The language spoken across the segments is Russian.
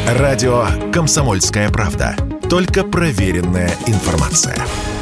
Радио «Комсомольская правда». Только проверенная информация.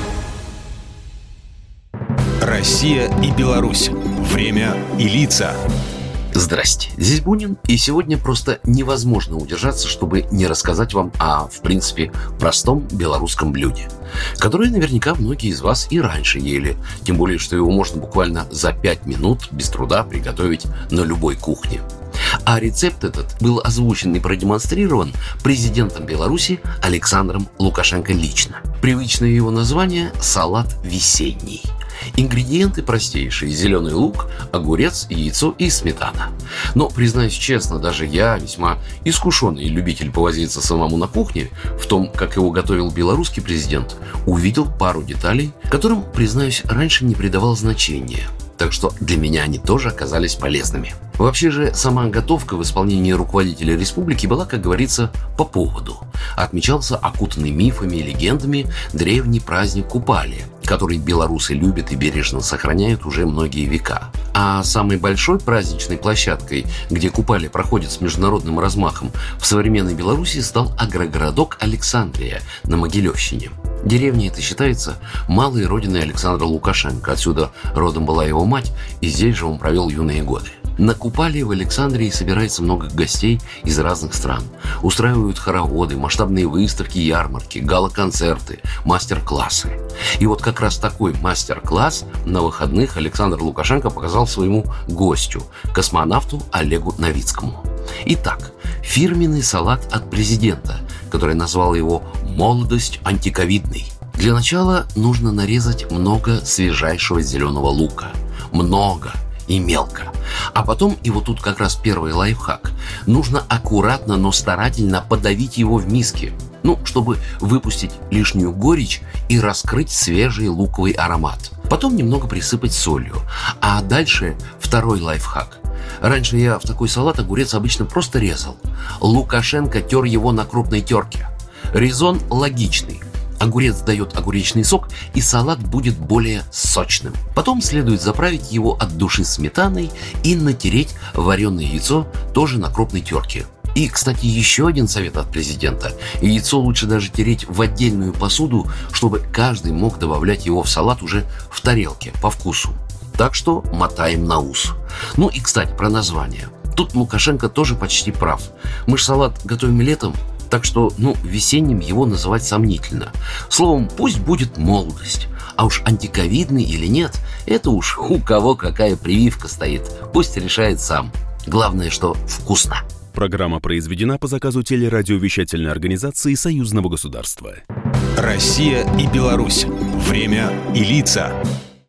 Россия и Беларусь. Время и лица. Здрасте, здесь Бунин, и сегодня просто невозможно удержаться, чтобы не рассказать вам о, в принципе, простом белорусском блюде, которое наверняка многие из вас и раньше ели, тем более, что его можно буквально за 5 минут без труда приготовить на любой кухне. А рецепт этот был озвучен и продемонстрирован президентом Беларуси Александром Лукашенко лично. Привычное его название – салат весенний. Ингредиенты простейшие: зеленый лук, огурец, яйцо и сметана. Но, признаюсь честно, даже я, весьма искушенный любитель повозиться самому на кухне, в том, как его готовил белорусский президент, увидел пару деталей, которым, признаюсь, раньше не придавал значения. Так что для меня они тоже оказались полезными. Вообще же, сама готовка в исполнении руководителя республики была, как говорится, по поводу. Отмечался окутанный мифами и легендами древний праздник Купали, который белорусы любят и бережно сохраняют уже многие века. А самой большой праздничной площадкой, где Купали проходит с международным размахом, в современной Беларуси стал агрогородок Александрия на Могилевщине. Деревня эта считается малой родиной Александра Лукашенко. Отсюда родом была его мать, и здесь же он провел юные годы. На Купали в Александрии собирается много гостей из разных стран. Устраивают хороводы, масштабные выставки, ярмарки, гала-концерты, мастер-классы. И вот как раз такой мастер-класс на выходных Александр Лукашенко показал своему гостю, космонавту Олегу Новицкому. Итак, фирменный салат от президента, который назвал его «молодость антиковидной». Для начала нужно нарезать много свежайшего зеленого лука. Много и мелко. А потом, и вот тут как раз первый лайфхак, нужно аккуратно, но старательно подавить его в миске. Чтобы выпустить лишнюю горечь и раскрыть свежий луковый аромат. Потом немного присыпать солью. А дальше второй лайфхак. Раньше я в такой салат огурец обычно просто резал. Лукашенко тер его на крупной терке. Резон логичный. Огурец дает огуречный сок, и салат будет более сочным. Потом следует заправить его от души сметаной и натереть вареное яйцо тоже на крупной терке. И, кстати, еще один совет от президента. Яйцо лучше даже тереть в отдельную посуду, чтобы каждый мог добавлять его в салат уже в тарелке по вкусу. Так что мотаем на ус. И, кстати, про название. Тут Лукашенко тоже почти прав. Мы ж салат готовим летом, так что, весенним его называть сомнительно. Словом, пусть будет молодость. А уж антиковидный или нет, это уж у кого какая прививка стоит. Пусть решает сам. Главное, что вкусно. Программа произведена по заказу телерадиовещательной организации Союзного государства. Россия и Беларусь. Время и лица.